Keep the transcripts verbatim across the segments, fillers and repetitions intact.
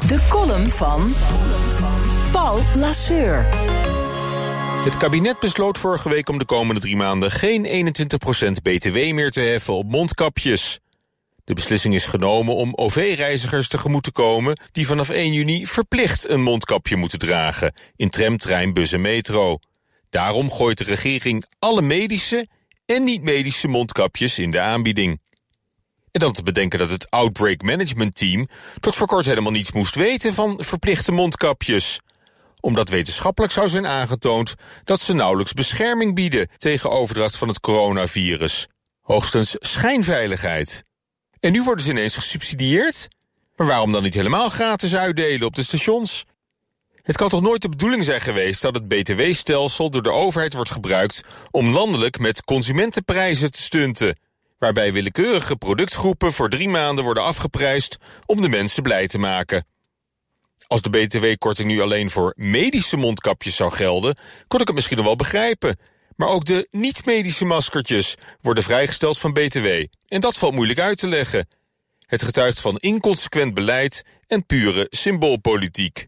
De column van Paul Lasseur. Het kabinet besloot vorige week om de komende drie maanden geen eenentwintig procent B T W meer te heffen op mondkapjes. De beslissing is genomen om O V-reizigers tegemoet te komen die vanaf één juni verplicht een mondkapje moeten dragen in tram, trein, bus en metro. Daarom gooit de regering alle medische en niet-medische mondkapjes in de aanbieding. En dan te bedenken dat het Outbreak Management Team tot voor kort helemaal niets moest weten van verplichte mondkapjes. Omdat wetenschappelijk zou zijn aangetoond dat ze nauwelijks bescherming bieden tegen overdracht van het coronavirus. Hoogstens schijnveiligheid. En nu worden ze ineens gesubsidieerd? Maar waarom dan niet helemaal gratis uitdelen op de stations? Het kan toch nooit de bedoeling zijn geweest dat het B T W-stelsel door de overheid wordt gebruikt om landelijk met consumentenprijzen te stunten, waarbij willekeurige productgroepen voor drie maanden worden afgeprijsd om de mensen blij te maken. Als de B T W-korting nu alleen voor medische mondkapjes zou gelden, kon ik het misschien nog wel begrijpen. Maar ook de niet-medische maskertjes worden vrijgesteld van B T W. En dat valt moeilijk uit te leggen. Het getuigt van inconsequent beleid en pure symboolpolitiek.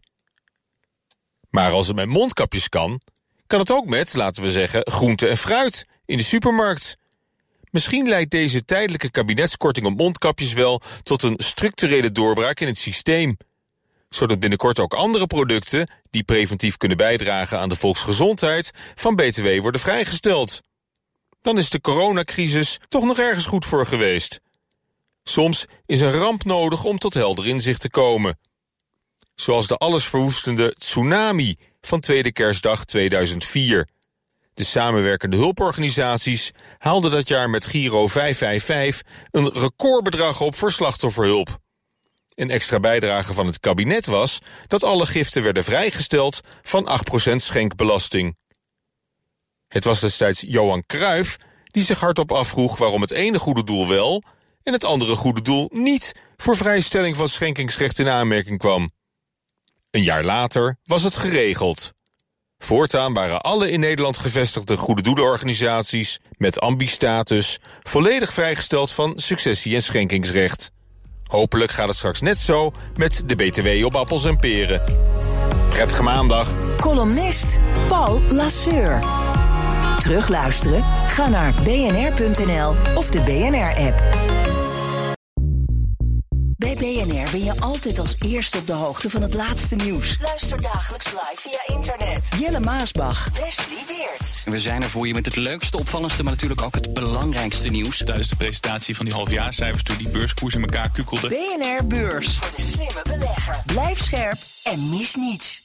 Maar als het met mondkapjes kan, kan het ook met, laten we zeggen, groente en fruit in de supermarkt. Misschien leidt deze tijdelijke kabinetskorting op mondkapjes wel tot een structurele doorbraak in het systeem, zodat binnenkort ook andere producten die preventief kunnen bijdragen aan de volksgezondheid van B T W worden vrijgesteld. Dan is de coronacrisis toch nog ergens goed voor geweest. Soms is een ramp nodig om tot helder inzicht te komen. Zoals de allesverwoestende tsunami van tweede kerstdag tweeduizend vier. De samenwerkende hulporganisaties haalden dat jaar met Giro vijf vijf vijf een recordbedrag op voor slachtofferhulp. Een extra bijdrage van het kabinet was dat alle giften werden vrijgesteld van acht procent schenkbelasting. Het was destijds Johan Cruijff die zich hardop afvroeg waarom het ene goede doel wel en het andere goede doel niet voor vrijstelling van schenkingsrecht in aanmerking kwam. Een jaar later was het geregeld. Voortaan waren alle in Nederland gevestigde goede doelenorganisaties met ambi-status volledig vrijgesteld van successie- en schenkingsrecht. Hopelijk gaat het straks net zo met de B T W op appels en peren. Prettige maandag. Columnist Paul Lasseur. Terugluisteren? Ga naar b n r punt n l of de B N R-app. Bij B N R ben je altijd als eerste op de hoogte van het laatste nieuws. Luister dagelijks live via internet. Jelle Maasbach. Wesley Weerts. We zijn er voor je met het leukste, opvallendste, maar natuurlijk ook het belangrijkste nieuws. Tijdens de presentatie van die halfjaarcijfers toen die beurskoers in elkaar kukkelde. B N R Beurs. Voor de slimme belegger. Blijf scherp en mis niets.